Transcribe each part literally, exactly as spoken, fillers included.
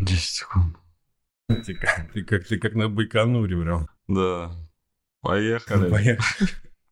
десять секунд. Ты как, ты как, ты как на Байконуре прям. Да. Поехали. Поехали.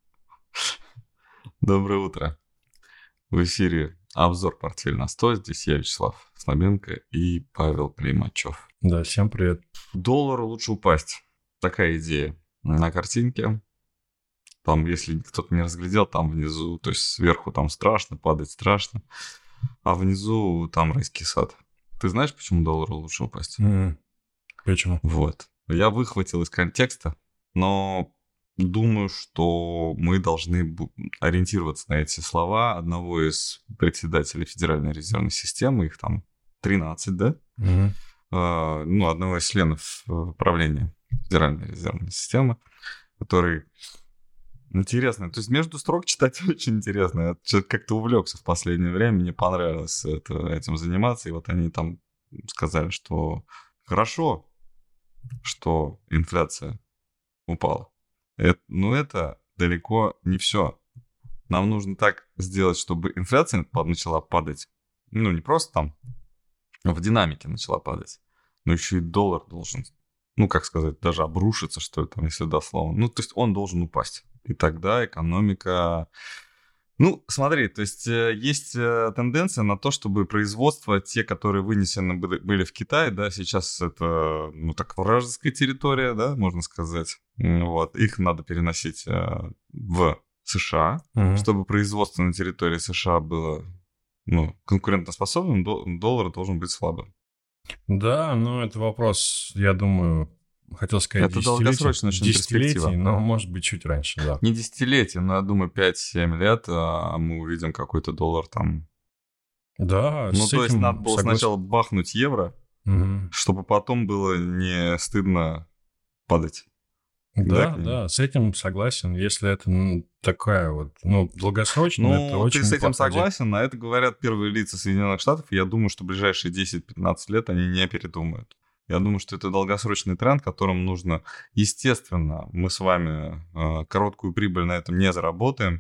Доброе утро. В эфире обзор «Портфель на сто». Здесь я, Вячеслав Слабенко и Павел Климачев. Да, всем привет. Доллару лучше упасть. Такая идея. На картинке. Там, если кто-то не разглядел, там внизу, то есть сверху там страшно, падать страшно. А внизу там райский сад. Ты знаешь, почему доллару лучше упасть? М, Почему? Вот. Я выхватил из контекста, но думаю, что мы должны бу- ориентироваться на эти слова одного из председателей Федеральной резервной системы, их там тринадцать, да? Мгм. А, ну, одного из членов э, правления Федеральной резервной системы, который... Интересно. То есть между строк читать очень интересно. Я чё-то как-то увлекся в последнее время, мне понравилось это- этим заниматься. И вот они там сказали, что хорошо, что инфляция упала. Эт- но это далеко не все. Нам нужно так сделать, чтобы инфляция па- начала падать. Ну, не просто там в динамике начала падать, но еще и доллар должен, ну, как сказать, даже обрушиться, что ли, там, если дословно. Ну, то есть он должен упасть. И тогда экономика... Ну, смотри, то есть э, есть э, тенденция на то, чтобы производство, те, которые вынесены были, были в Китай, да, сейчас это, ну, так, вражеская территория, да, можно сказать. М, Вот, их надо переносить э, в США, Мгм. чтобы производство на территории США было, ну, конкурентоспособным, дол- доллар должен быть слабым. Да, ну это вопрос, я думаю, хотел сказать Это десятилетий, долгосрочная очень десятилетий, перспектива. но может быть чуть раньше, да. Не десятилетие, но я думаю, пять-семь лет, а мы увидим какой-то доллар там. Да, Ну, с то есть надо этим было согласен. сначала бахнуть евро, Мгм. чтобы потом было не стыдно падать, да, Да, к нему? да, с этим согласен. Если это ну, такая вот, ну, долгосрочно, это Ну, ты очень с этим неплохая идея. согласен, а это говорят первые лица Соединенных Штатов, и я думаю, что в ближайшие десять-пятнадцать лет они не передумают. Я думаю, что это долгосрочный тренд, которым нужно... Естественно, мы с вами э, короткую прибыль на этом не заработаем,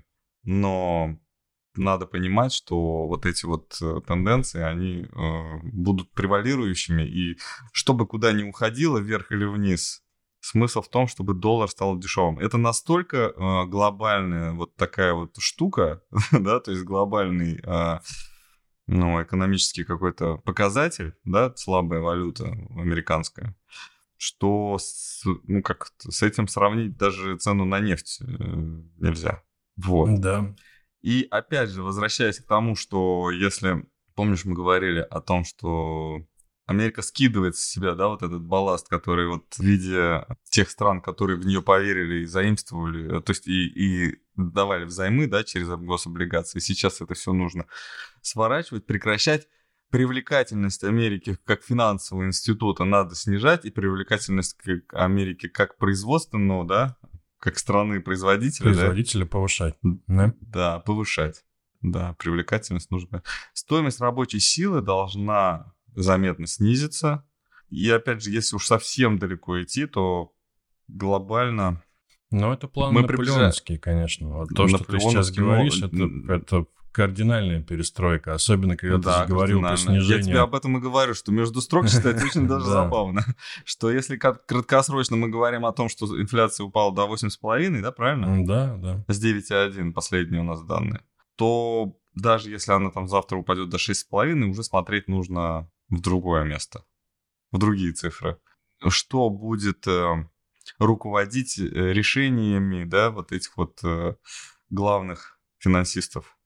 но надо понимать, что вот эти вот э, тенденции, они э, будут превалирующими, и чтобы куда ни уходило, вверх или вниз, смысл в том, чтобы доллар стал дешевым. Это настолько э, глобальная вот такая вот штука, да, то есть глобальный, э, ну, экономический какой-то показатель, да, слабая валюта американская, что, с, ну, как с этим сравнить даже цену на нефть э, нельзя. Вот. Да. И опять же, возвращаясь к тому, что если, помнишь, мы говорили о том, что Америка скидывает с себя, да, вот этот балласт, который вот в виде тех стран, которые в нее поверили и заимствовали, э, то есть и, и давали взаймы, да, через гособлигации. Сейчас это все нужно сворачивать, прекращать. Привлекательность Америки как финансового института надо снижать, и привлекательность к Америки как производственного, да, как страны-производителя, да, Производителя повышать. Да? да, повышать. Да, привлекательность нужна. Стоимость рабочей силы должна заметно снизиться. И опять же, если уж совсем далеко идти, то глобально Но это план мы приближаем наполеоновский, конечно. Вот то, что ты сейчас наполеоновский, но говоришь, это, это кардинальная перестройка. Особенно, когда ты да, заговорил про кардинально. Я тебе снижение. об этом и говорю, что между строк читать очень даже Да, забавно. Что если как- краткосрочно мы говорим о том, что инфляция упала до восемь с половиной, да, правильно? да, да. С девять целых одна последние у нас данные, то даже если она там завтра упадет до шесть с половиной, уже смотреть нужно в другое место, в другие цифры. Что будет э, руководить э, решениями, да, вот этих вот э, главных финансистов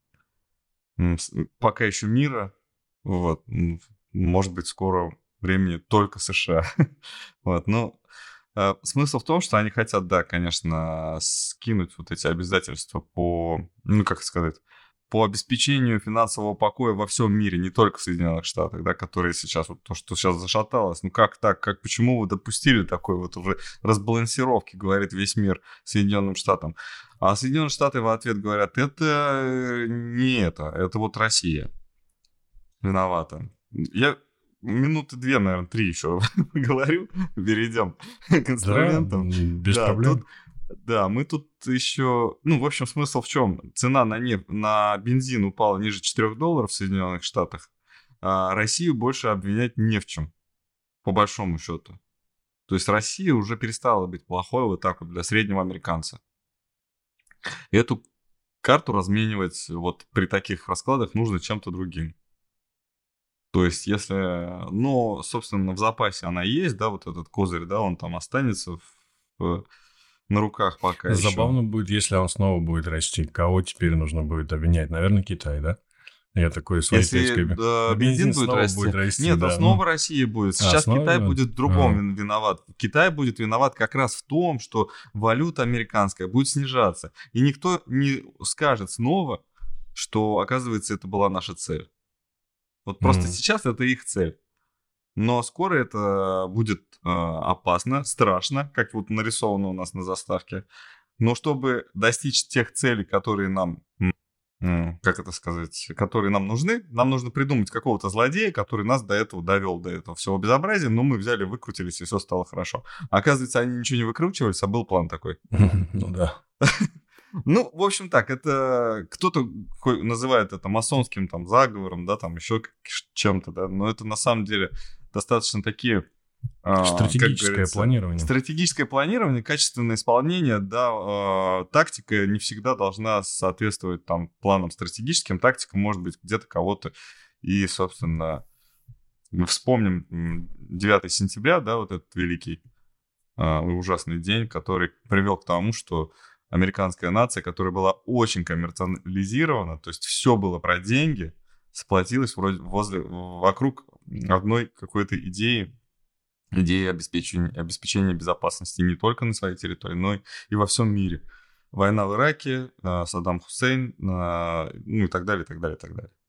м, с- пока еще мира, вот, м, может быть, в скором времени только США. Вот, ну, э, смысл в том, что они хотят, да, конечно, скинуть вот эти обязательства по, ну, как сказать, по обеспечению финансового покоя во всем мире, не только в Соединенных Штатах, да, которые сейчас, вот то, что сейчас зашаталось, ну как так, как, почему вы допустили такой вот уже разбалансировки, говорит весь мир Соединенным Штатам. А Соединенные Штаты в ответ говорят, это э, не это, это вот Россия виновата. Я минуты две, наверное, три еще говорю, перейдем к Да, инструментам. м, без Да, тут, проблем. да, мы тут еще, ну, в общем, смысл в чем? Цена на нефть, на бензин упала ниже четырех долларов в Соединенных Штатах, а Россию больше обвинять не в чем. по большому счету. То есть Россия уже перестала быть плохой вот так вот для среднего американца. И эту карту разменивать вот при таких раскладах нужно чем-то другим. То есть если, ну, собственно, в запасе она есть, да, вот этот козырь, да, он там останется в, в, на руках пока еще. Забавно будет, если он снова будет расти. Кого теперь нужно будет обвинять? Наверное, Китай, да? Я такой своей Если точкой. да, бензин, бензин будет расти. будет расти. Нет, да. основа ну... России будет. Сейчас а, Китай снова? будет в другом а. виноват. Китай будет виноват как раз в том, что валюта американская будет снижаться. И никто не скажет снова, что, оказывается, это была наша цель. Вот просто mm. сейчас это их цель. Но скоро это будет э, опасно, страшно, как вот нарисовано у нас на заставке. Но чтобы достичь тех целей, которые нам... как это сказать, которые нам нужны. Нам нужно придумать какого-то злодея, который нас до этого довел, до этого всего безобразия, но мы взяли, выкрутились, и все стало хорошо. Оказывается, они ничего не выкручивались, а был план такой. Ну да. Ну, в общем так, это кто-то называет это масонским там заговором, да, там еще чем-то, да, но это на самом деле достаточно такие... Стратегическое планирование. Стратегическое планирование, качественное исполнение, да, э, тактика не всегда должна соответствовать там планам стратегическим, тактика может быть где-то кого-то. И, собственно, вспомним девятого сентября, да, вот этот великий э, ужасный день, который привел к тому, что американская нация, которая была очень коммерциализирована, то есть все было про деньги, сплотилась вроде возле, вокруг одной какой-то идеи, идеи обеспечения, обеспечения безопасности не только на своей территории, но и во всем мире. Война в Ираке, Саддам Хусейн, ну и так далее, и так далее, и так далее.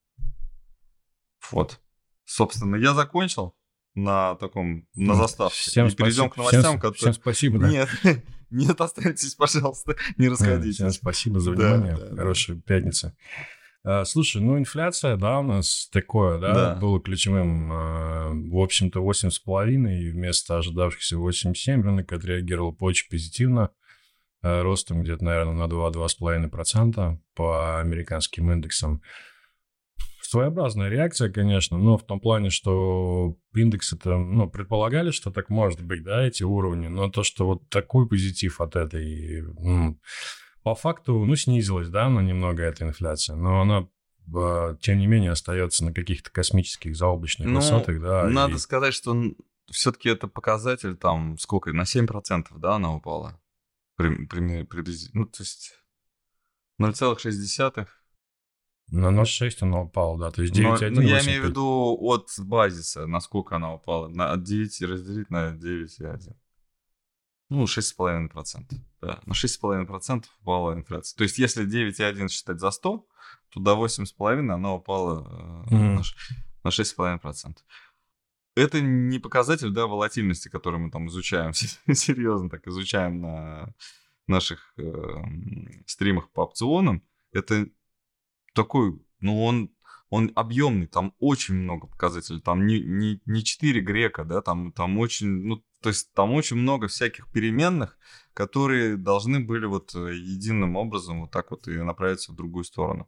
Вот. Собственно, я закончил на таком, на заставке. Всем и перейдем спасибо. к новостям. Всем, которые... всем спасибо, да? Нет, нет, останьтесь, пожалуйста, не расходитесь. Всем спасибо за внимание. Да, да, Хорошей да. пятницы. Слушай, ну инфляция, да, у нас такое, да, да. было ключевым, в общем-то, восемь с половиной вместо ожидавшихся восемь целых семь десятых. Рынок отреагировал очень позитивно, ростом где-то, наверное, на два-два с половиной процента по американским индексам. Своеобразная реакция, конечно, но в том плане, что индексы-то, ну, предполагали, что так может быть, да, эти уровни, но то, что вот такой позитив от этой... Ну, по факту, ну, снизилась, да, на немного эта инфляция, но она, тем не менее, остается на каких-то космических заоблачных ну, высотах, да. Надо и... сказать, что все-таки это показатель, там, сколько, на семь процентов, да, она упала? Примерно, приблизительно, ну, то есть ноль целых шесть десятых. На ноль целых шесть она упала, да, то есть девять целых один. Ну, я имею в виду от базиса, насколько она упала, на, от девяти разделить на девять целых один. Ну, шесть целых пять десятых процента. Да, на шесть целых пять десятых процента упала инфляция. То есть, если девять целых один считать за сто, то до восемь целых пять десятых она упала э, mm-hmm. на шесть целых пять десятых процента. Это не показатель, да, волатильности, который мы там изучаем, серьезно так изучаем на наших э, стримах по опционам. Это такой, ну, он... Он объемный, там очень много показателей, там не, не, не четыре грека, да, там, там очень, ну, то есть там очень много всяких переменных, которые должны были вот единым образом вот так вот и направиться в другую сторону.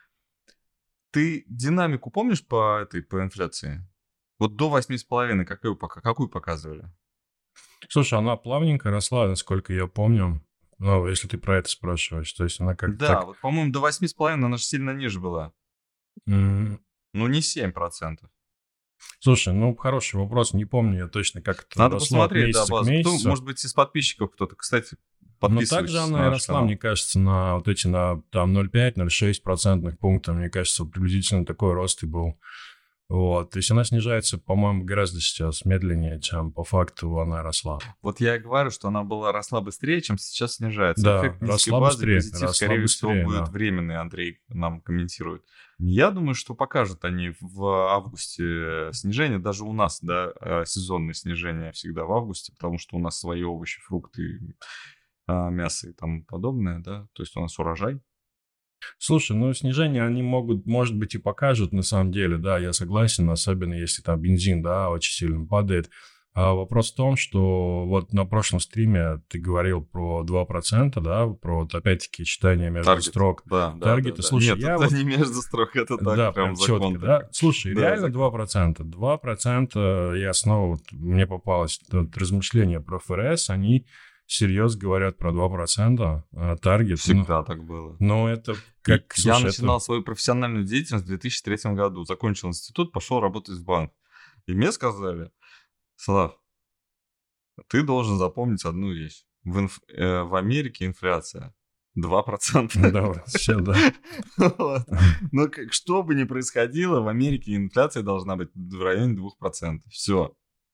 Ты динамику помнишь по этой, по инфляции? Вот до восемь с половиной какую, какую показывали? Слушай, она плавненько росла, насколько я помню. Ну, если ты про это спрашиваешь, то есть она как-то... Да, так... вот, по-моему, до восемь с половиной она же сильно ниже была. Mm. Ну, не семь процентов. Слушай, ну, хороший вопрос. Не помню я точно, как это Надо росло посмотреть, от да, базу. Кто, может быть, из подписчиков кто-то, кстати, подписывается. Но также она и росла, канал. Мне кажется, на вот эти, на там ноль целых пять - ноль целых шесть процентных пунктов. Мне кажется, приблизительно такой рост и был. Вот. То есть она снижается, по-моему, гораздо сейчас медленнее, чем по факту она росла. Вот я и говорю, что она была росла быстрее, чем сейчас снижается. Да, эффект росла базы, быстрее. Позитив, росла скорее быстрее, всего, будет да. временный, Андрей нам комментирует. Я думаю, что покажут они в августе снижение. Даже у нас, да, сезонное снижение всегда в августе, потому что у нас свои овощи, фрукты, мясо и тому подобное, да. То есть у нас урожай. Слушай, ну снижение они могут, может быть, и покажут на самом деле, да, я согласен, особенно если там бензин, да, очень сильно падает. А вопрос в том, что вот на прошлом стриме ты говорил про два процента, да, про вот опять-таки читание между Таргет. строк. Да, да, Таргеты. да, да. Слушай, Нет, я это вот... не между строк, это так, Да, прям прям закон четко, да. такой. Слушай, Да, реально закон. два процента. два процента я снова, вот, мне попалось вот, размышления про эф эр эс, они серьезно говорят про два процента а, таргет. Всегда ну, так было. Но это И как... я Слушай, начинал это... свою профессиональную деятельность в две тысячи третьем году. Закончил институт, пошел работать в банк. И мне сказали: Слав, ты должен запомнить одну вещь. В, инф- э, в Америке инфляция два процента. Да, вообще, да. Вот. Но как, что бы ни происходило, в Америке инфляция должна быть в районе двух процентов. Все.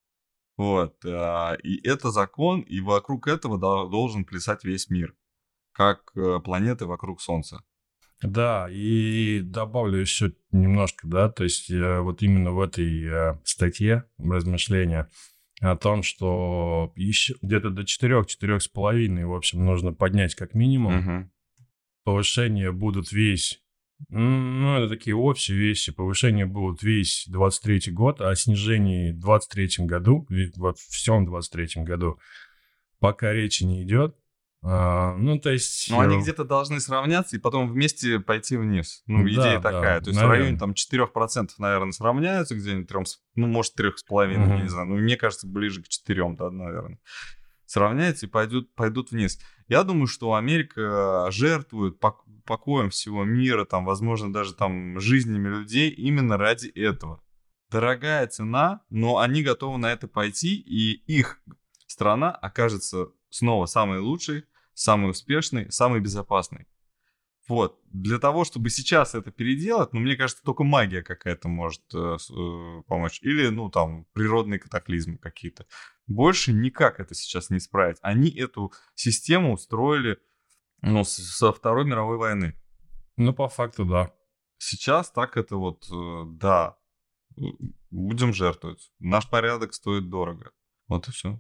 Вот. а, И это закон, и вокруг этого до- должен плясать весь мир. Как э, планеты вокруг Солнца. Да, и добавлю еще немножко, да, то есть э, вот именно в этой э, статье размышления о том, что еще где-то до четырех-четырех с половиной, в общем, нужно поднять как минимум. Мгм. Повышения будут весь, м, ну, это такие общие вещи, повышения будут весь двадцать третий год, а о снижении в двадцать третьем году, и во всем двадцать третьем году пока речи не идет. А, ну, то есть... Ну, они э, где-то должны сравняться и потом вместе пойти вниз. Ну, Да, идея да, такая. То есть в наверное. районе там четыре процента, наверное, сравняются где-нибудь, трём с- ну, может, три с половиной, я Мгм. не знаю. Ну, мне кажется, ближе к четырем, да, наверное. Сравняются и пойдут, пойдут вниз. Я думаю, что Америка жертвует пок- покоем всего мира, там, возможно, даже там жизнями людей именно ради этого. Дорогая цена, но они готовы на это пойти, и их страна окажется снова самой лучшей, самый успешный, самый безопасный. Вот. Для того, чтобы сейчас это переделать, ну, мне кажется, только магия какая-то может э, с- э, помочь. Или, ну, там, природные катаклизмы какие-то. Больше никак это сейчас не исправить. Они эту систему устроили, ну, с- со Второй мировой войны. Ну, по факту, да. Сейчас так это вот, э, да, э, будем жертвовать. Наш порядок стоит дорого. Вот и все.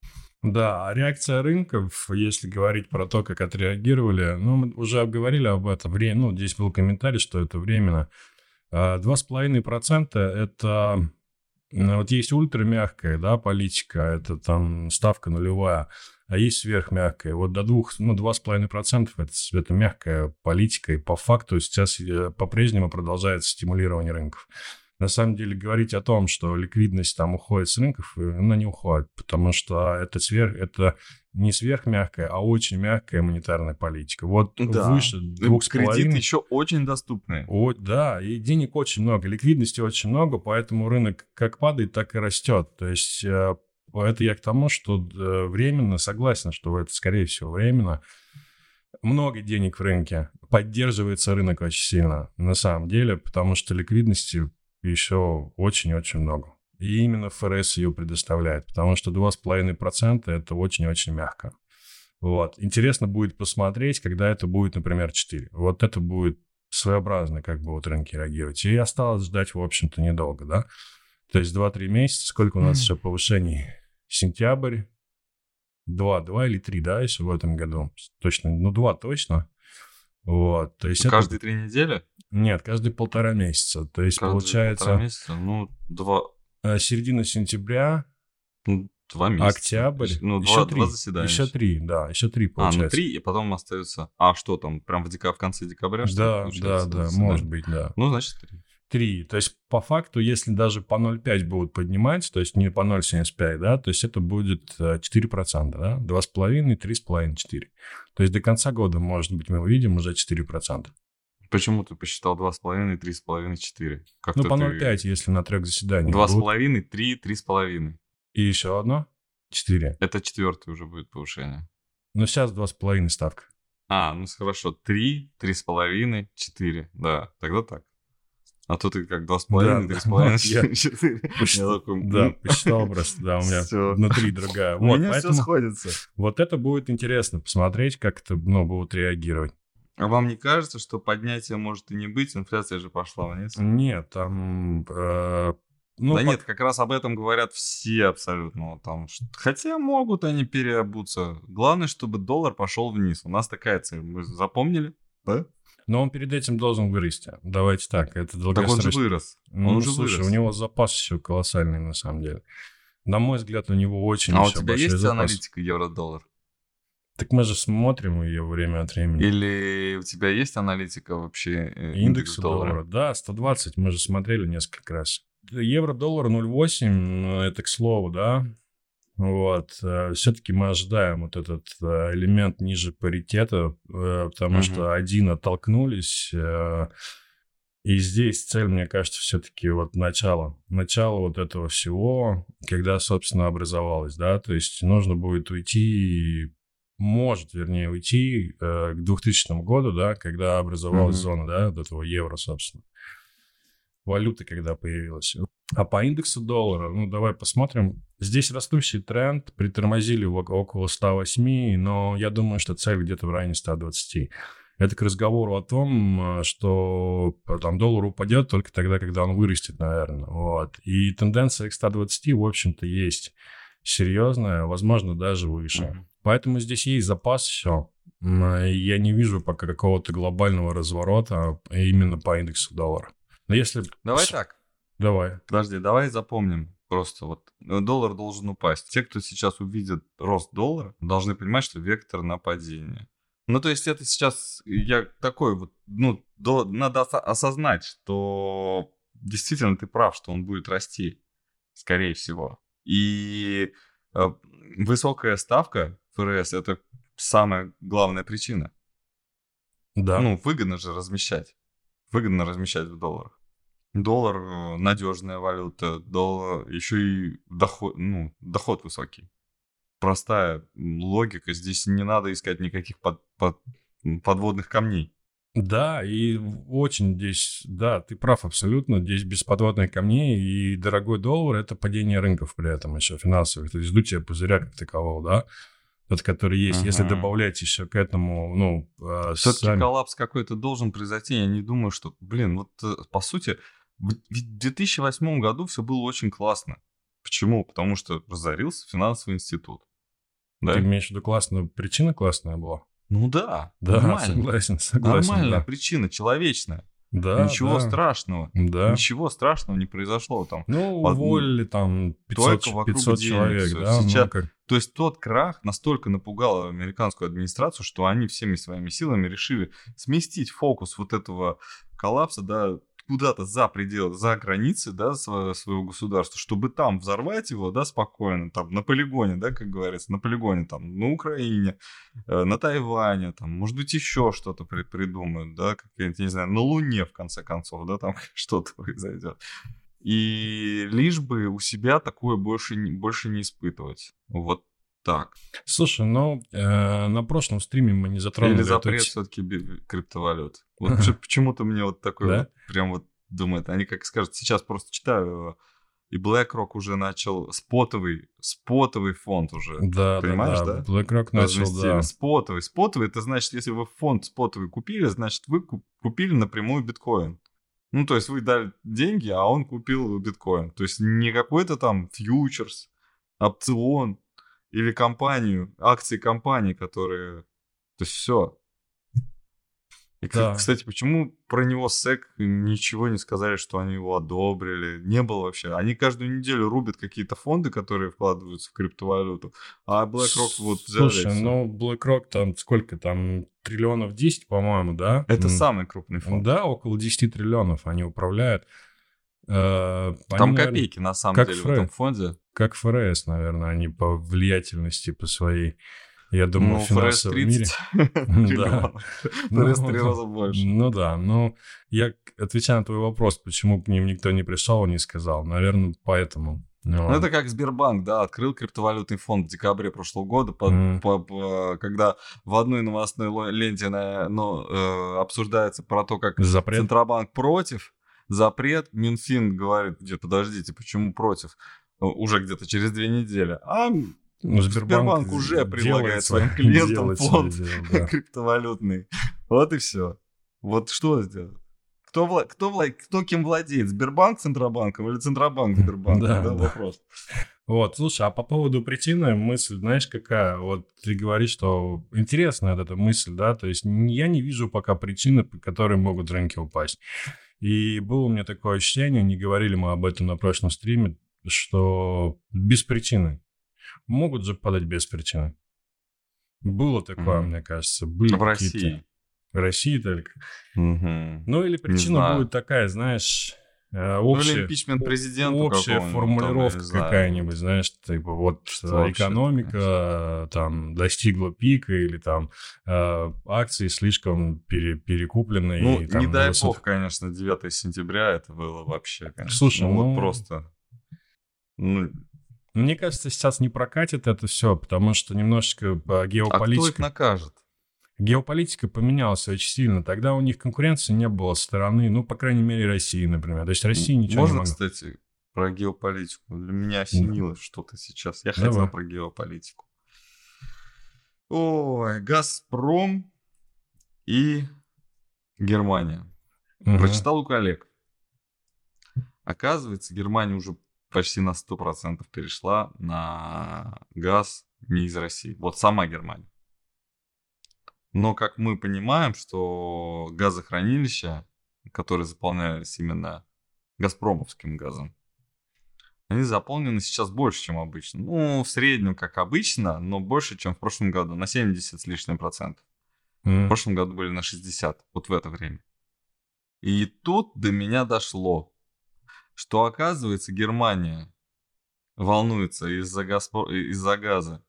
Да, а реакция рынков, если говорить про то, как отреагировали, ну, мы уже обговорили об этом. Время, ну, здесь был комментарий, что это временно. А, Два с половиной процента это ну, вот есть ультрамягкая, да, политика, это там ставка нулевая, а есть сверхмягкая. Вот до двух, ну, два с половиной процента это, это мягкая политика, и по факту сейчас э, по-прежнему продолжается стимулирование рынков. На самом деле говорить о том, что ликвидность там уходит с рынков, э, она не уходит, потому что это, сверх, это не сверхмягкая, а очень мягкая монетарная политика. Вот Да. выше двух с Кредиты половиной... еще очень доступные. О, да, и денег очень много, ликвидности очень много, поэтому рынок как падает, так и растет. То есть э, это я к тому, что э, временно, согласен, что это, скорее всего, временно. Много денег в рынке, поддерживается рынок очень сильно, на самом деле, потому что ликвидности еще очень-очень много. И именно эф эр эс ее предоставляет, потому что два с половиной процента это очень-очень мягко. Вот. Интересно будет посмотреть, когда это будет, например, четыре. Вот это будет своеобразно, как будут рынки реагировать. И осталось ждать, в общем-то, недолго, да? То есть два-три месяца. Сколько у нас еще повышений? Сентябрь. Два, два или три, да, еще в этом году? Точно, ну, два точно. Вот, то есть это... Каждые три недели? Нет, каждые полтора месяца. То есть, Каждые получается, полтора месяца? Ну, два, э, середина сентября, ну, два месяца. октябрь, Ну, еще два, три. два заседания. Еще три, да, еще три А, получается. ну три, и потом остается... А, что там, прям в, дека... в конце декабря, что ли, Да, да, получается, да, заседание? может быть, да. Ну, значит, три. Три. То есть, по факту, если даже по ноль целых пять будут поднимать, то есть не по ноль целых семьдесят пять, да, то есть это будет э, четыре процента, да, два с половиной, три с половиной, четыре. То есть до конца года, может быть, мы увидим уже четыре процента. Почему ты посчитал два с половиной, три с половиной, четыре? Ну, по ноль целых пять, если на трех заседаниях Два с будут. половиной, три, три с половиной. И еще одно? Четыре. Это четвертое уже будет повышение. Ну, сейчас два с половиной ставка. А, ну хорошо, три, три с половиной, четыре. Да, тогда так. А то ты как два с половиной, три с половиной, четыре. Да, посчитал просто, да, у меня внутри другая. У меня все сходится. Вот это будет интересно посмотреть, как это, ну, будут реагировать. А вам не кажется, что поднятия может и не быть? Инфляция же пошла вниз. Нет, там... э, ну, да по- нет, как раз об этом говорят все абсолютно. Там, что- хотя могут они переобуться. Главное, чтобы доллар пошел вниз. У нас такая цель. Мы запомнили? Да? Но он перед этим должен вырасти. Давайте так, это Так он же долгосрочно. вырос. Он Ну, уже слушай, вырос. у него запас еще колоссальный на самом деле. На мой взгляд, у него очень А у еще тебя большой есть запас. аналитика евро-доллар? Так мы же смотрим ее время от времени. Или у тебя есть аналитика вообще э, индекс Индекс доллара? доллара, да, сто двадцать, мы же смотрели несколько раз. Евро-доллар ноль целых восемь, ну, это к слову, да. Вот, все-таки мы ожидаем вот этот э, элемент ниже паритета, э, потому Мгм. что один оттолкнулись, э, и здесь цель, мне кажется, все-таки вот начало, начало вот этого всего, когда, собственно, образовалось, да, то есть нужно будет уйти, может, вернее, уйти э, к двухтысячному году, да, когда образовалась Мгм. зона, да, вот этого евро, собственно. Валюта, когда появилась. А по индексу доллара, ну, давай посмотрим. Здесь растущий тренд, притормозили в- около ста восьми, но я думаю, что цель где-то в районе ста двадцати. Это к разговору о том, э, что э, там доллар упадет только тогда, когда он вырастет, наверное. Вот. И тенденция к ста двадцати, в общем-то, есть серьезная, возможно, даже выше. Мгм. Поэтому здесь есть запас еще. Я не вижу пока какого-то глобального разворота именно по индексу доллара. Но если... Давай с- так. Давай. Подожди, давай запомним. Просто вот э, доллар должен упасть. Те, кто сейчас увидит рост доллара, должны понимать, что вектор на падение. Ну, то есть это сейчас, я такой вот, ну, до- надо оса- осознать, что действительно ты прав, что он будет расти, скорее всего. И э, высокая ставка ФРС – это самая главная причина. Да. Ну, выгодно же размещать. Выгодно размещать в долларах. Доллар э, надежная валюта, доллар еще и доход, ну, доход высокий. Простая м, логика. Здесь не надо искать никаких под- под- м, подводных камней. Да, и очень здесь, да, ты прав абсолютно, здесь без подводных камней, и дорогой доллар – это падение рынков при этом еще финансовых, то есть сдутие пузыря как такового, да, тот, который есть. Если Мгм. добавлять еще к этому, ну, э, Все-таки сами... коллапс какой-то должен произойти. Я не думаю, что, блин, вот э, по сути, в ведь в две тысячи восьмом году все было очень классно. Почему? Потому что разорился финансовый институт. Ты Да? имеешь в виду классная, причина классная была? Ну да, Да, нормально. согласен, согласен, Нормальная да. причина, человечная. Да, Ничего да, страшного. да. Ничего страшного не произошло там. Ну, Под- уволили там Только пятьсот, вокруг пятьсот денег человек, всё. да, Сейчас- ну, как... То есть тот крах настолько напугал американскую администрацию, что они всеми своими силами решили сместить фокус вот этого коллапса, да, куда-то за пределы, за границы, да, своего, своего государства, чтобы там взорвать его, да, спокойно, там, на полигоне, да, как говорится, на полигоне, там, на Украине, э, на Тайване, там, может быть, еще что-то при- придумают, да, какие-нибудь, не знаю, на Луне, в конце концов, да, там что-то произойдет. И лишь бы у себя такое больше не, больше не испытывать. Вот так. Слушай, ну, э, на прошлом стриме мы не затронули Или эту запрет те- все-таки криптовалют. Вот почему- почему-то мне вот такой Да? вот прям вот думает. Они как скажут, сейчас просто читаю, э, и BlackRock уже начал спотовый, спотовый фонд уже. Да, Понимаешь, да, да? да. BlackRock начал, Разместили. да. Спотовый. Спотовый, это значит, если вы фонд спотовый купили, значит, вы куп- купили напрямую биткоин. Ну, то есть вы дали деньги, а он купил биткоин. То есть не какой-то там фьючерс, опцион или компанию, акции компании, которые... То есть все. И, Да. кстати, почему про него сэк ничего не сказали, что они его одобрили? Не было вообще. Они каждую неделю рубят какие-то фонды, которые вкладываются в криптовалюту, а BlackRock вот взяли и Слушай, всё. ну, BlackRock там сколько там, триллионов десять, по-моему, да? Это М, самый крупный фонд. Да, около десяти триллионов они управляют. Э, Там они, наверное, копейки, на самом как деле, в Фред. этом фонде. как ФРС, наверное, они по влиятельности, по своей, я думаю, Ну, в ФРС финансовом мире. тридцать триллионов. ФРС в три раза больше. Ну да, ну я отвечаю на твой вопрос, почему к ним никто не пришел и не сказал. Наверное, поэтому. Ну, это как Сбербанк, да, открыл криптовалютный фонд в декабре прошлого года, по- Мгм. по- по- когда в одной новостной ло- ленте на- ну, э, обсуждается про то, как Запрет. Центробанк против, запрет, Минфин говорит, где, подождите, почему против? Э, Уже где-то через две недели. А Ну, Сбербанк, уже предлагает делает своим свое- клиентам делает фонд свое дело, да. криптовалютный. Вот и все. Вот что сделать? Кто, вла- кто, вла- кто кем владеет? Сбербанк Центробанком или Центробанк Сбербанком? Да, Да, да. вопрос. Вот, слушай, а по поводу причины мысль, знаешь, какая? Вот ты говоришь, что интересная вот эта мысль, да, то есть н- я не вижу пока причины, по которой могут рынки упасть. И было у меня такое ощущение, не говорили мы об этом на прошлом стриме, что без причины. Могут же подать без причины. Было такое, mm-hmm. мне кажется. Были в России. В России только. Mm-hmm. Ну, или причина будет такая, знаешь, общая, ну, или импичмент президента общая формулировка там, какая-нибудь, знаешь, типа вот что экономика там достигла пика, или там э, акции слишком пере, перекуплены. Ну, и, там, не дай высот... бог, конечно, девятого сентября это было вообще, конечно. Слушай, ну, ну... вот просто... Ну... Мне кажется, сейчас не прокатит это все, потому что немножечко по геополитике... А кто их накажет? Геополитика поменялась очень сильно. Тогда у них конкуренции не было со стороны, ну, по крайней мере, России, например. То есть Россия ничего Можно, не могла. Можно, кстати, про геополитику? Для меня осенилось mm. что-то сейчас. Я Давай. хотел про геополитику. Ой, «Газпром» и Германия. Uh-huh. Прочитал у коллег. Оказывается, Германия уже почти на сто процентов перешла на газ не из России. Вот сама Германия. Но, как мы понимаем, что газохранилища, которые заполнялись именно газпромовским газом, они заполнены сейчас больше, чем обычно. Ну, в среднем, как обычно, но больше, чем в прошлом году. На семьдесят с лишним процентов. Mm. В прошлом году были на шестьдесят. Вот в это время. И тут до меня дошло, что, оказывается, Германия волнуется из-за, газпро... из-за газа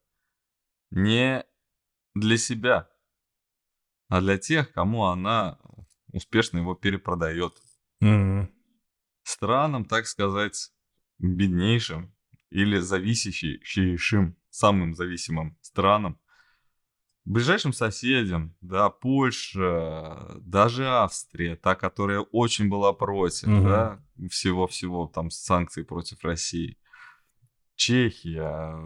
не для себя, а для тех, кому она успешно его перепродает. Mm-hmm. Странам, так сказать, беднейшим или зависящим, самым зависимым странам, ближайшим соседям, да, Польша, даже Австрия, та, которая очень была против, mm-hmm. да, всего-всего, там, санкций против России, Чехия,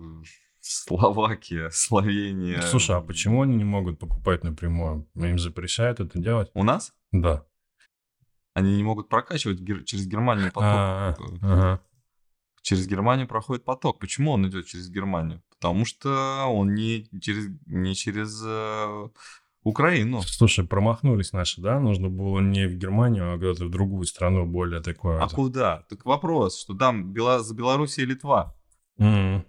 Словакия, Словения. Слушай, а почему они не могут покупать напрямую? Им запрещают это делать? У нас? Да. Они не могут прокачивать гер- через Германию поток. А-а-а. Через Германию проходит поток. Почему он идет через Германию? Потому что он не через, не через э, Украину. Слушай, промахнулись наши, да? Нужно было не в Германию, а куда-то в другую страну, более такое. А это. Куда? Так вопрос, что там Бела... за Белоруссией и Литва. Mm-hmm.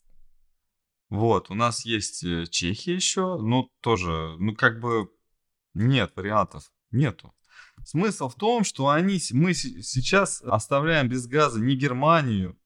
Вот, у нас есть Чехия еще, ну, тоже, ну, как бы нет вариантов, нету. Смысл в том, что они, мы сейчас оставляем без газа не Германию,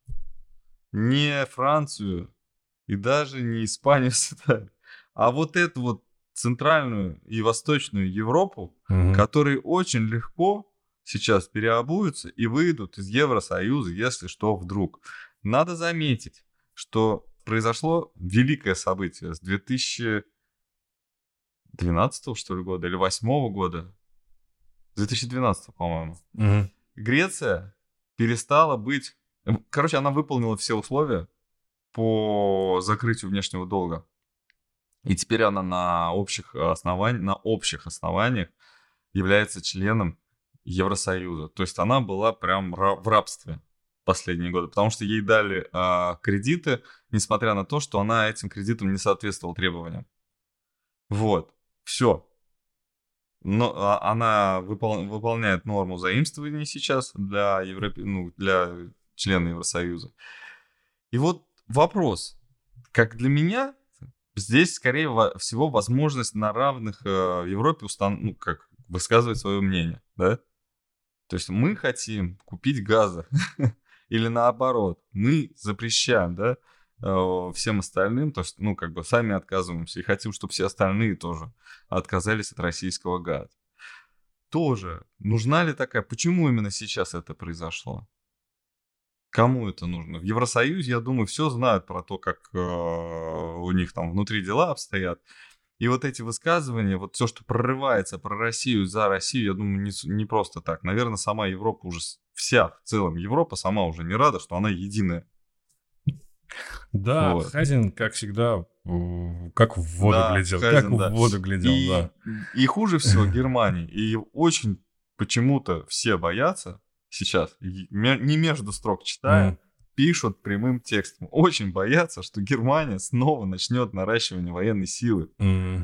не Францию и даже не Испанию, а вот эту вот центральную и восточную Европу, mm-hmm. которые очень легко сейчас переобуются и выйдут из Евросоюза, если что вдруг. Надо заметить, что произошло великое событие с две тысячи двенадцатого, что ли, года, или две тысячи восьмого года. С две тысячи двенадцатого, по-моему. Угу. Греция перестала быть... Короче, она выполнила все условия по закрытию внешнего долга. И теперь она на общих основаниях, на общих основаниях является членом Евросоюза. То есть она была прям в рабстве последние годы, потому что ей дали а, кредиты, несмотря на то, что она этим кредитам не соответствовала требованиям. Вот, все. Но а, она выпол- выполняет норму заимствований сейчас для, Европ... ну, для члена Евросоюза. И вот вопрос, как для меня, здесь, скорее всего, возможность на равных э, в Европе устан... ну, как высказывать свое мнение, да? То есть мы хотим купить газа. Или наоборот, мы запрещаем, да, всем остальным, то есть, ну, как бы сами отказываемся и хотим, чтобы все остальные тоже отказались от российского газа. Тоже, нужна ли такая, почему именно сейчас это произошло? Кому это нужно? В Евросоюзе, я думаю, все знают про то, как э, у них там внутри дела обстоят. И вот эти высказывания, вот все, что прорывается про Россию, за Россию, я думаю, не, не просто так. Наверное, сама Европа уже, вся в целом Европа сама уже не рада, что она единая. Да, вот. Хазин, как всегда, как в воду да, глядел. Хазин, как да. в воду глядел, и, да. И хуже всего Германии. И очень почему-то все боятся сейчас, не между строк читая, mm. пишут прямым текстом. Очень боятся, что Германия снова начнет наращивание военной силы. Mm.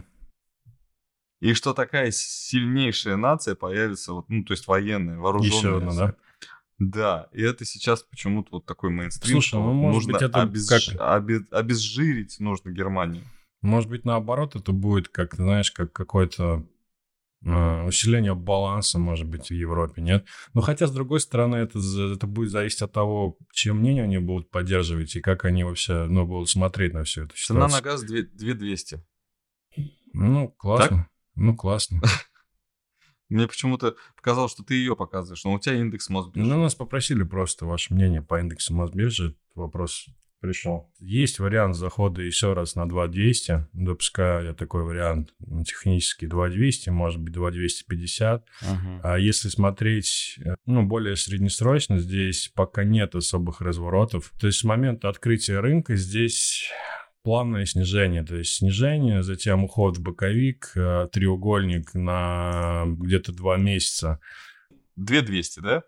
И что такая сильнейшая нация появится, вот, ну, то есть военная, вооруженная. Еще одна, да? Да, и это сейчас почему-то вот такой мейнстрим, Слушай, что ну, вот может нужно быть, это обезж... как... обе- обезжирить нужно Германию. Может быть, наоборот, это будет, как, знаешь, как какой-то э, усиление баланса, может быть, в Европе, нет? Но хотя, с другой стороны, это, за- это будет зависеть от того, чье мнение они будут поддерживать и как они вообще, ну, будут смотреть на всю эту Цена на ситуацию. газ две тысячи двести. Ну, Так? классно. Ну, классно. Мне почему-то показалось, что ты ее показываешь, но у тебя индекс Ну, Мосбиржи. нас попросили просто ваше мнение по индексу Мосбиржи. Вопрос пришел. Есть вариант захода еще раз на два двести. Допускаю я такой вариант. Ну, технически два двести, может быть, два двести пятьдесят. Мгм. А если смотреть, э, ну, более среднесрочно, здесь пока нет особых разворотов. То есть с момента открытия рынка здесь плавное снижение. То есть снижение, затем уход в боковик, э, треугольник на где-то два месяца. две тысячи двести, да?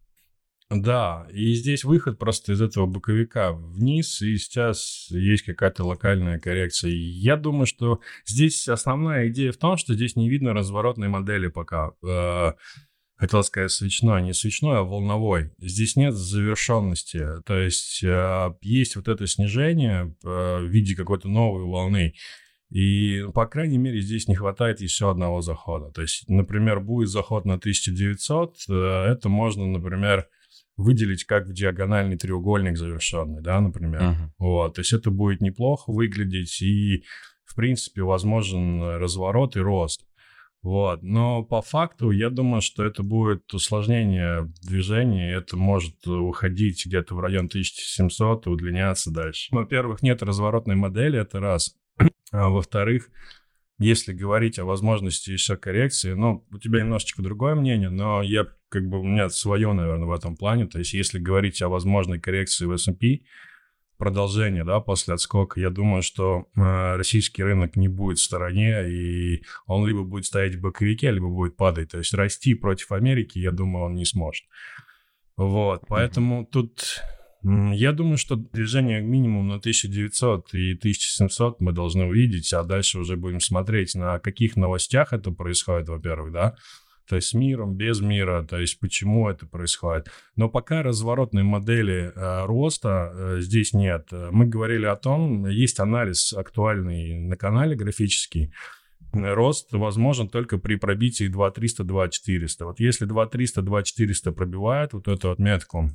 Да, и здесь выход просто из этого боковика вниз, и сейчас есть какая-то локальная коррекция. И я думаю, что здесь основная идея в том, что здесь не видно разворотной модели пока. Э, Хотел сказать свечной, не свечной, а волновой. Здесь нет завершенности. То есть э, есть вот это снижение э, в виде какой-то новой волны. И, по крайней мере, здесь не хватает еще одного захода. То есть, например, будет заход на тысяча девятьсот, э, это можно, например, выделить как в диагональный треугольник завершенный, да, например. Мгм. Вот, то есть это будет неплохо выглядеть, и, в принципе, возможен разворот и рост. Вот, но по факту я думаю, что это будет усложнение движения, это может уходить где-то в район тысяча семьсот и удлиняться дальше. Во-первых, нет разворотной модели, это раз. А во-вторых, если говорить о возможности еще коррекции, ну, у тебя немножечко другое мнение, но я, как бы, у меня свое, наверное, в этом плане. То есть, если говорить о возможной коррекции в эс энд пи, продолжение, да, после отскока, я думаю, что э, российский рынок не будет в стороне, и он либо будет стоять в боковике, либо будет падать. То есть, расти против Америки, я думаю, он не сможет. Вот, поэтому тут... м, Я думаю, что движение минимум на тысяча девятьсот и тысяча семьсот мы должны увидеть, а дальше уже будем смотреть, на каких новостях это происходит, во-первых, да, то есть с миром, без мира, то есть почему это происходит. Но пока разворотной модели э, роста э, здесь нет. Э, Мы говорили о том, есть анализ актуальный на канале графический. Э, Рост возможен только при пробитии два триста - два четыреста. Вот если два триста - два четыреста пробивает вот эту отметку,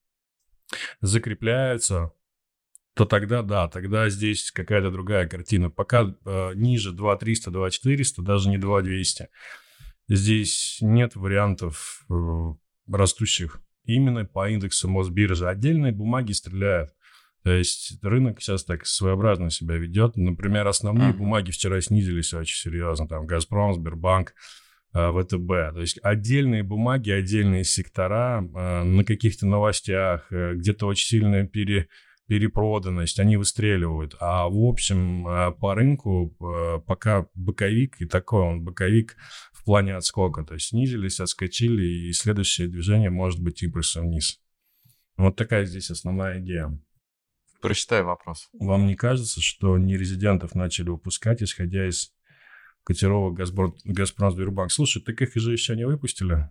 закрепляются, то тогда да, тогда здесь какая-то другая картина. Пока э, ниже два триста - два четыреста, даже не два двести, здесь нет вариантов э, растущих именно по индексу Мосбиржи. Отдельные бумаги стреляют. То есть рынок сейчас так своеобразно себя ведет. Например, основные Мгм. бумаги вчера снизились очень серьезно. Там Газпром, Сбербанк, э, вэ тэ бэ. То есть отдельные бумаги, отдельные сектора э, на каких-то новостях, э, где-то очень сильная пере, перепроданность, они выстреливают. А в общем э, по рынку э, пока боковик, и такой он боковик в плане отскока. То есть снизились, отскочили, и следующее движение может быть импульсом вниз. Вот такая здесь основная идея. Прочитай вопрос. Вам не кажется, что нерезидентов начали выпускать, исходя из котировок Газбор- Газпром, Сбербанк? Слушай, так их же еще не выпустили.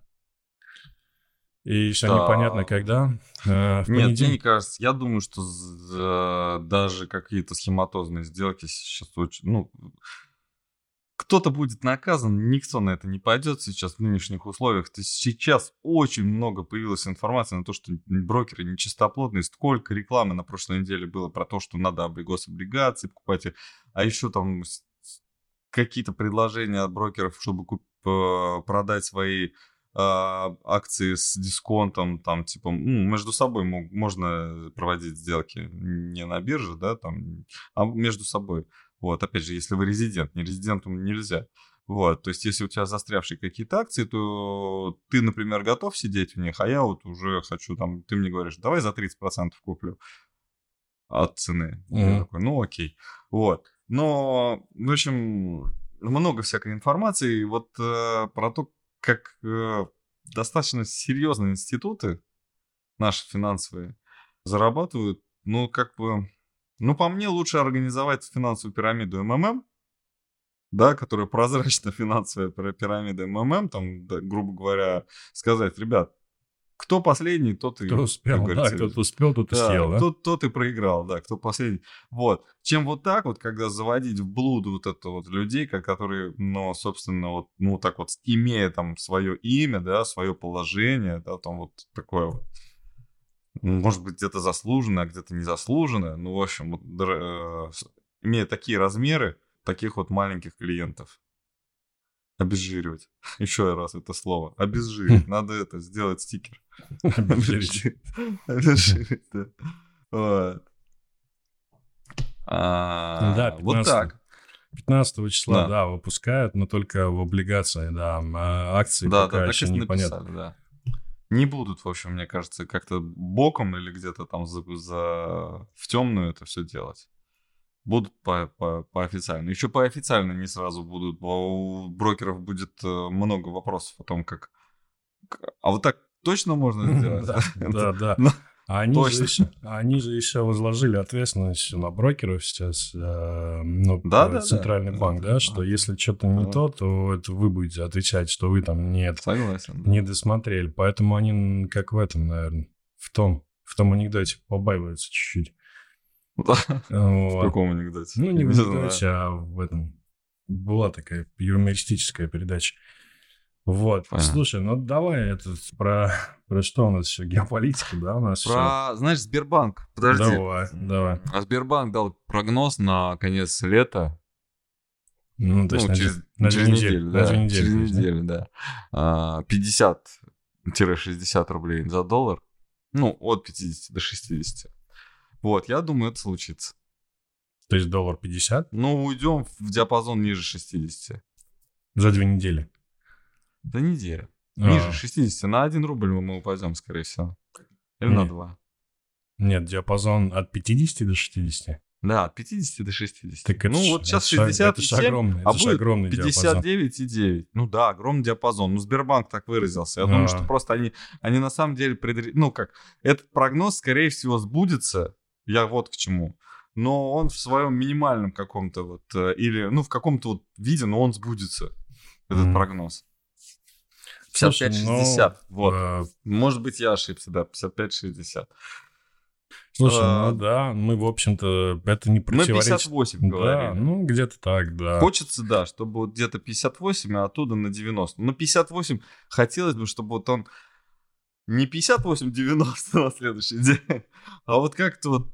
И еще Да. непонятно, когда. Э, в Нет, мне не понедельник. кажется. Я думаю, что з- даже какие-то схематозные сделки сейчас очень... Ну, кто-то будет наказан, никто на это не пойдет сейчас в нынешних условиях. То есть сейчас очень много появилась информации на то, что брокеры нечистоплотные. Сколько рекламы на прошлой неделе было про то, что надо обли- гособлигации покупать. А еще там с- с- какие-то предложения от брокеров, чтобы куп- э, продать свои а, акции с дисконтом, там, типа, ну, между собой мог- можно проводить сделки не на бирже, да, там, а между собой. Вот, опять же, если вы резидент, не резиденту нельзя. Вот, то есть, если у тебя застрявшие какие-то акции, то ты, например, готов сидеть в них, а я вот уже хочу, там, ты мне говоришь, давай за тридцать процентов куплю от цены. Я Мгм. такой, ну окей. Вот. Но, в общем, много всякой информации. Вот э, про то, как э, достаточно серьезные институты, наши финансовые, зарабатывают, ну, как бы, ну, по мне, лучше организовать финансовую пирамиду эм эм эм, да, которая прозрачно финансовая пира- пирамида эм эм эм, там, да, грубо говоря, сказать, ребят, кто последний, тот и... Кто успел, да, кто успел, тот и да, съел, да? Тот, тот и проиграл, да, кто последний. Вот. Чем вот так вот, когда заводить в блуд вот это вот людей, которые, ну, собственно, вот, ну, так вот, имея там свое имя, да, свое положение, да, там вот такое вот, может быть, где-то заслуженное, а где-то незаслуженное, ну, в общем, вот, э, имея такие размеры, таких вот маленьких клиентов. Обезжиривать. Еще раз это слово. Обезжирить. Надо это, сделать стикер. Обезжирить. Обезжирить, да. Вот. А, Да, вот так. пятнадцатого числа, Да. да, выпускают, но только в облигации, да. А акции Да, пока да, так еще и непонятно. написали, да. Не будут, в общем, мне кажется, как-то боком или где-то там за, за... в темную это все делать. Будут по, по, по официально. Еще по официально не сразу будут. У брокеров будет много вопросов о том, как... А вот так точно можно сделать? Да, да. Они же, еще, они же еще возложили ответственность на брокеров сейчас, э, ну, да, да, Центральный да. банк, да, что если что-то не да. то, то это вы будете отвечать, что вы там нет, Согласен, да. не досмотрели. Поэтому они, как в этом, наверное, в том, в том анекдоте побаиваются чуть-чуть. Вот. В каком анекдоте? Ну, не в анекдоте, а в этом. Была такая юмористическая передача. Вот. Понятно. Слушай, ну давай это про, про что у нас еще? Геополитика, да, у нас Про, еще? знаешь, Сбербанк. Подожди. Давай, давай. А Сбербанк дал прогноз на конец лета. Ну, то есть ну, на, через, на через две неделю, недели. Да, на две недели, через есть, неделю, да. да. пятьдесят-шестьдесят рублей за доллар. Ну, от пятидесяти до шестидесяти. Вот, я думаю, это случится. То есть доллар пятьдесят? Ну, уйдем в диапазон ниже шестидесяти. За две недели? За неделю. А. Ниже шестидесяти. На один рубль мы упадем, скорее всего. Или Нет. на два. Нет, диапазон от пятидесяти до шестидесяти. Да, от пятидесяти до шестидесяти. Так это ну, ж, вот сейчас это шестьдесят шаг, это семь, огромный, а это будет огромный пятьдесят девять и девять. Ну да, огромный диапазон. Ну, Сбербанк так выразился. Я а. думаю, что просто они, они на самом деле... Предр... Ну, как, этот прогноз, скорее всего, сбудется. Я вот к чему. Но он в своем минимальном каком-то вот... Или, ну, в каком-то вот виде, но он сбудется, этот mm. прогноз. пятьдесят пять шестьдесят. Ну, вот. А... Может быть, я ошибся, да, пятьдесят пять шестьдесят. Слушай, а... ну да, мы, в общем-то, это не противоречит. Мы пятьдесят восемь говорили. Да, ну где-то так, да. Хочется, да, чтобы вот где-то пятьдесят восемь, а оттуда на девяносто. Но пятьдесят восемь хотелось бы, чтобы вот он не пятьдесят восемь девяносто на следующий день, а вот как-то вот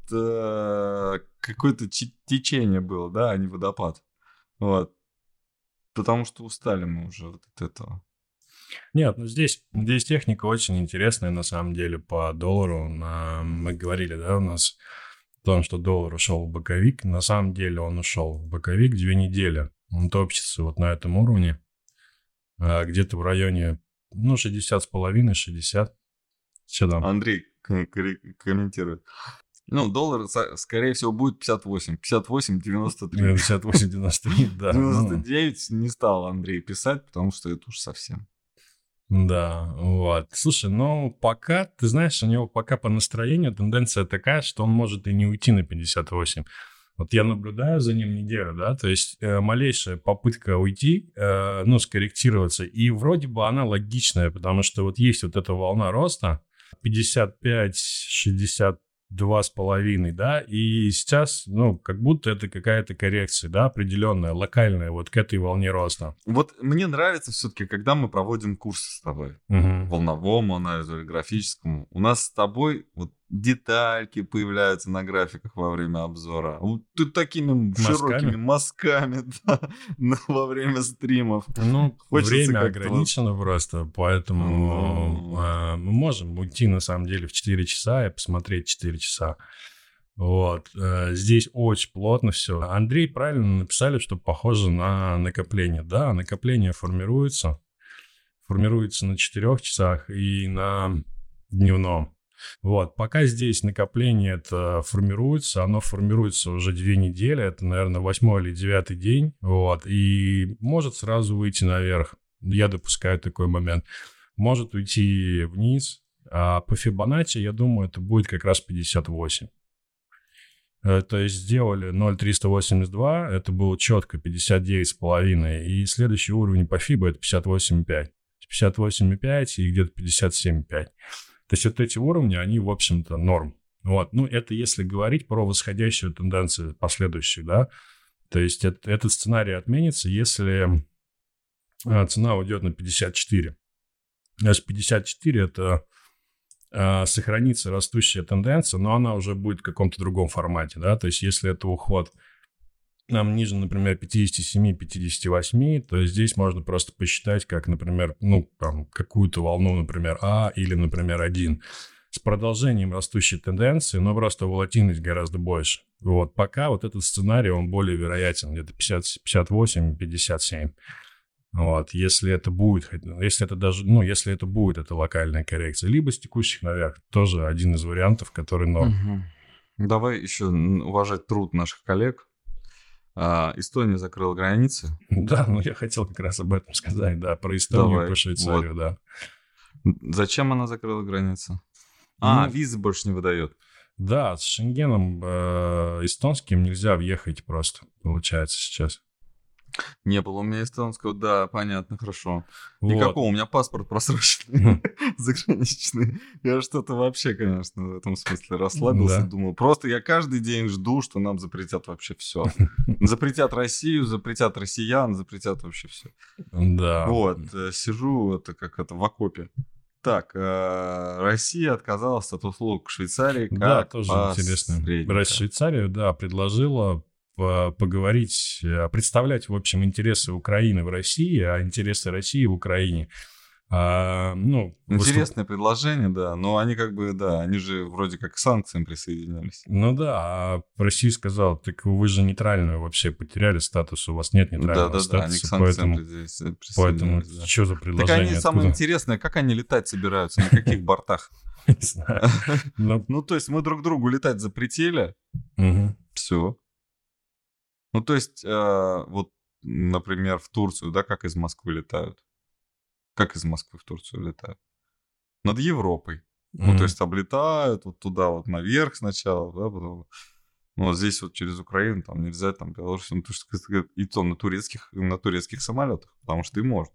э, какое-то течение было, да, а не водопад. Вот. Потому что устали мы уже вот от этого. Нет, ну здесь, здесь техника очень интересная, на самом деле, по доллару. Мы говорили, да, у нас о том, что доллар ушел в боковик. На самом деле он ушел в боковик две недели. Он топчется вот на этом уровне, где-то в районе, ну, шестьдесят с половиной, шестьдесят. Что там? Андрей комментирует. Ну, доллар, скорее всего, будет пятьдесят восемь. пятьдесят восемь девяносто три. пятьдесят восемь девяносто три, да. девяносто девять не стал Андрей писать, потому что это уж совсем. Да, вот. Слушай, ну, пока, ты знаешь, у него пока по настроению тенденция такая, что он может и не уйти на пятьдесят восемь. Вот я наблюдаю за ним неделю, да, то есть э, малейшая попытка уйти, э, ну, скорректироваться, и вроде бы она логичная, потому что вот есть вот эта волна роста, пятьдесят пять шестьдесят два с половиной, да, и сейчас, ну, как будто это какая-то коррекция, да, определенная, локальная, вот к этой волне роста. Вот мне нравится все-таки, когда мы проводим курсы с тобой, угу. волновому анализу или графическому, у нас с тобой вот детальки появляются на графиках во время обзора. Вот ты такими мазками? широкими мазками, да, во время стримов. Ну, хочется время ограничено вот... просто, поэтому mm-hmm. э, мы можем уйти, на самом деле, в четыре часа и посмотреть четыре часа. Вот. Э, здесь очень плотно все. Андрей правильно написали, что похоже на накопление. Да, накопление формируется. Формируется на четырех часах и на дневном. Вот, пока здесь накопление это формируется, оно формируется уже две недели, это, наверное, восьмой или девятый день, вот, и может сразу выйти наверх, я допускаю такой момент, может уйти вниз, а по Фибоначчи, я думаю, это будет как раз пятьдесят восемь. То есть сделали ноль триста восемьдесят два, это было четко пятьдесят девять с половиной, и следующий уровень по Фибо это пятьдесят восемь и пять. пятьдесят восемь и пять и где-то пятьдесят семь и пять. То есть вот эти уровни, они, в общем-то, норм. Вот. Ну, это если говорить про восходящую тенденцию последующую, да. То есть это, этот сценарий отменится, если цена уйдет на пятьдесят четыре. То есть пятьдесят четыре – это э, сохранится растущая тенденция, но она уже будет в каком-то другом формате, да. То есть если это уход нам ниже, например, пятьдесят семь - пятьдесят восемь, то здесь можно просто посчитать, как, например, ну, там, какую-то волну, например, А или, например, один с продолжением растущей тенденции, но просто волатильность гораздо больше. Вот, пока вот этот сценарий, он более вероятен, где-то пятьдесят, пятьдесят восемь - пятьдесят семь. Вот, если это будет, если это даже, ну, если это будет, это локальная коррекция, либо с текущих наверх, тоже один из вариантов, который норм. Угу. Давай еще уважать труд наших коллег. А, Эстония закрыла границы. Да, ну я хотел как раз об этом сказать, да, про Эстонию, Давай, про Швейцарию, вот. Да. Зачем она закрыла границы? А, ну, визы больше не выдает. Да, с Шенгеном э, эстонским нельзя въехать просто, получается, сейчас. Не было у меня эстонского, да, понятно, хорошо. Вот. Никакого, у меня паспорт просроченный, заграничный. Я что-то вообще, конечно, в этом смысле расслабился, Да. думаю. Просто я каждый день жду, что нам запретят вообще все. Запретят Россию, запретят россиян, запретят вообще все. Да. Вот, э, сижу, это как это, в окопе. Так, э, Россия отказалась от услуг Швейцарии как Да, тоже интересно. посредника. Швейцария, да, предложила по- поговорить, э, представлять, в общем, интересы Украины в России, а интересы России в Украине. А, ну, выступ- Интересное предложение, да, но они как бы, да, они же вроде как к санкциям присоединялись. Ну да, а Россия сказала, так вы же нейтральную вообще потеряли статус, у вас нет нейтрального Да-да-да, они к статуса, санкциям поэтому, присоединялись, поэтому да. что за Так предложение, они, самое откуда? интересное, как они летать собираются, на каких бортах? Не знаю. Ну, Ну, то есть мы друг другу летать запретили, мгм. все. Ну, то есть, э, вот, например, в Турцию, да, как из Москвы летают? Как из Москвы в Турцию летают? Над Европой. Ну, Мгм. то есть облетают вот туда вот наверх сначала, да, потом... Ну, вот здесь вот через Украину там нельзя, там, Беларусь, ну, то есть, и то на турецких, на турецких самолетах, потому что и можно.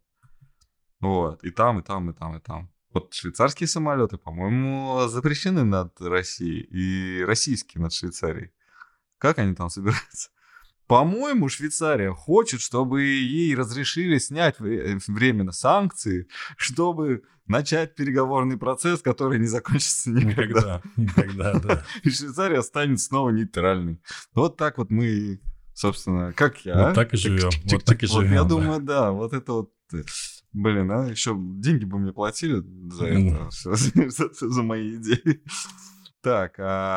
Вот, и там, и там, и там, и там. Вот швейцарские самолеты, по-моему, запрещены над Россией, и российские над Швейцарией. Как они там собираются? По-моему, Швейцария хочет, чтобы ей разрешили снять вре- временно санкции, чтобы начать переговорный процесс, который не закончится никогда. Никогда, никогда, да. И Швейцария станет снова нейтральной. Вот так вот мы, собственно, как я. Вот так и живем, чик-чик-чик-чик. вот так и Вот живем, я да. думаю, да, вот это вот, э, блин, а еще деньги бы мне платили за это, всё, за, за мои идеи. Так,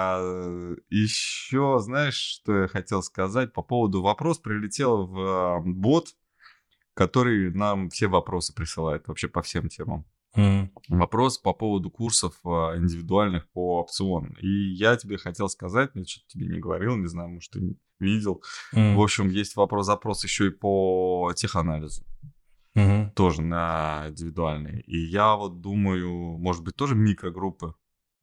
а еще, знаешь, что я хотел сказать по поводу вопроса? Прилетел в а, бот, который нам все вопросы присылает вообще по всем темам. Мгм. Вопрос по поводу курсов а, индивидуальных по опционам. И я тебе хотел сказать, я что-то тебе не говорил, не знаю, может, ты не видел. Мгм. В общем, есть вопрос-запрос еще и по теханализу. Мгм. Тоже на индивидуальные. И я вот думаю, может быть, тоже микрогруппы.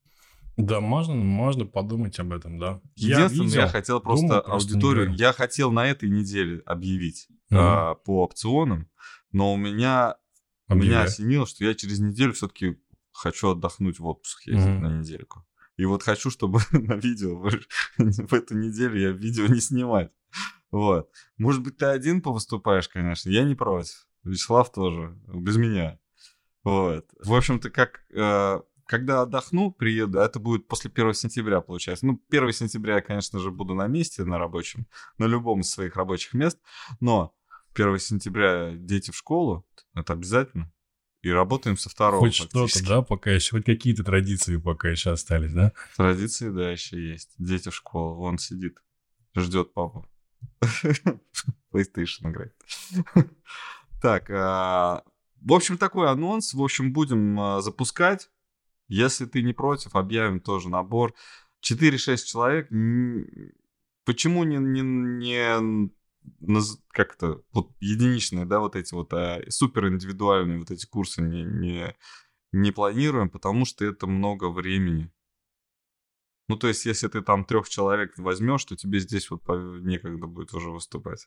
Да, можно, можно подумать об этом, да. Я Единственное, я, видел, хотел просто думал, просто не аудиторию, говорил. я хотел на этой неделе объявить Мгм. а, по опционам, но у меня, меня Объявляй. осенило, что я через неделю все-таки хочу отдохнуть в отпуск, ездить Мгм. на недельку. И вот хочу, чтобы на видео, в в эту неделю я видео не снимать. Вот. Может быть, ты один повыступаешь, конечно, я не против. Вячеслав тоже, без меня. Вот. В общем-то, как... э, когда отдохну, приеду, а это будет после первого сентября, получается. Ну, первого сентября я, конечно же, буду на месте, на рабочем, на любом из своих рабочих мест, но первого сентября дети в школу, это обязательно, и работаем со второго Хоть что-то, фактически. да, пока еще, хоть какие-то традиции пока еще остались, да? Традиции, да, еще есть. Дети в школу, он сидит, ждет папу. PlayStation играет. Так, а, в общем, такой анонс. В общем, будем а, запускать. Если ты не против, объявим тоже набор. четыре-шесть человек. М, Почему не, не, не наз- как-то вот единичные, да, вот эти вот а, супер индивидуальные вот эти курсы не, не, не планируем? Потому что это много времени. Ну, то есть, если ты там трех человек возьмешь, то тебе здесь вот по- некогда будет уже выступать.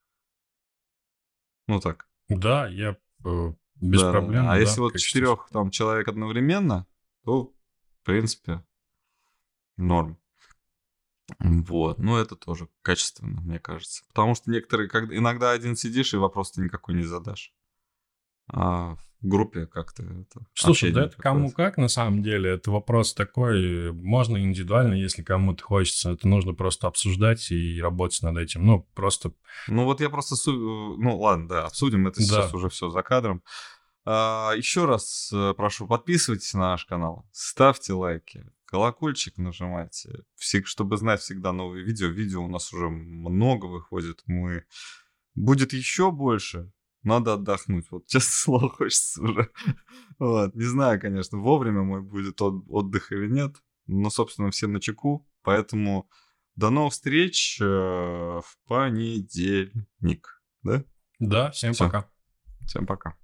Ну, так. Да, я э, без Да, проблем, а да, если вот как считаешь? четырех там человек одновременно, то, в принципе, норм. Вот, ну это тоже качественно, мне кажется. Потому что некоторые, когда иногда один сидишь и вопрос-то никакой не задашь. А в группе как-то это Слушай, да общение это кому какое-то. как, на самом деле. Это вопрос такой, можно индивидуально, если кому-то хочется. Это нужно просто обсуждать и работать над этим. Ну, просто, Ну вот я просто... су- Ну ладно, да, обсудим это сейчас да. уже все за кадром. А, еще раз э, прошу, подписывайтесь на наш канал, ставьте лайки, колокольчик нажимайте, все- чтобы знать всегда новые видео. Видео у нас уже много выходит, мы... Будет еще больше, надо отдохнуть. Вот, честное слово, хочется уже. Вот. Не знаю, конечно, вовремя мой будет от- отдых или нет, но, собственно, все на чеку, поэтому до новых встреч э, в понедельник. Да? Да, всем Все, пока. всем пока.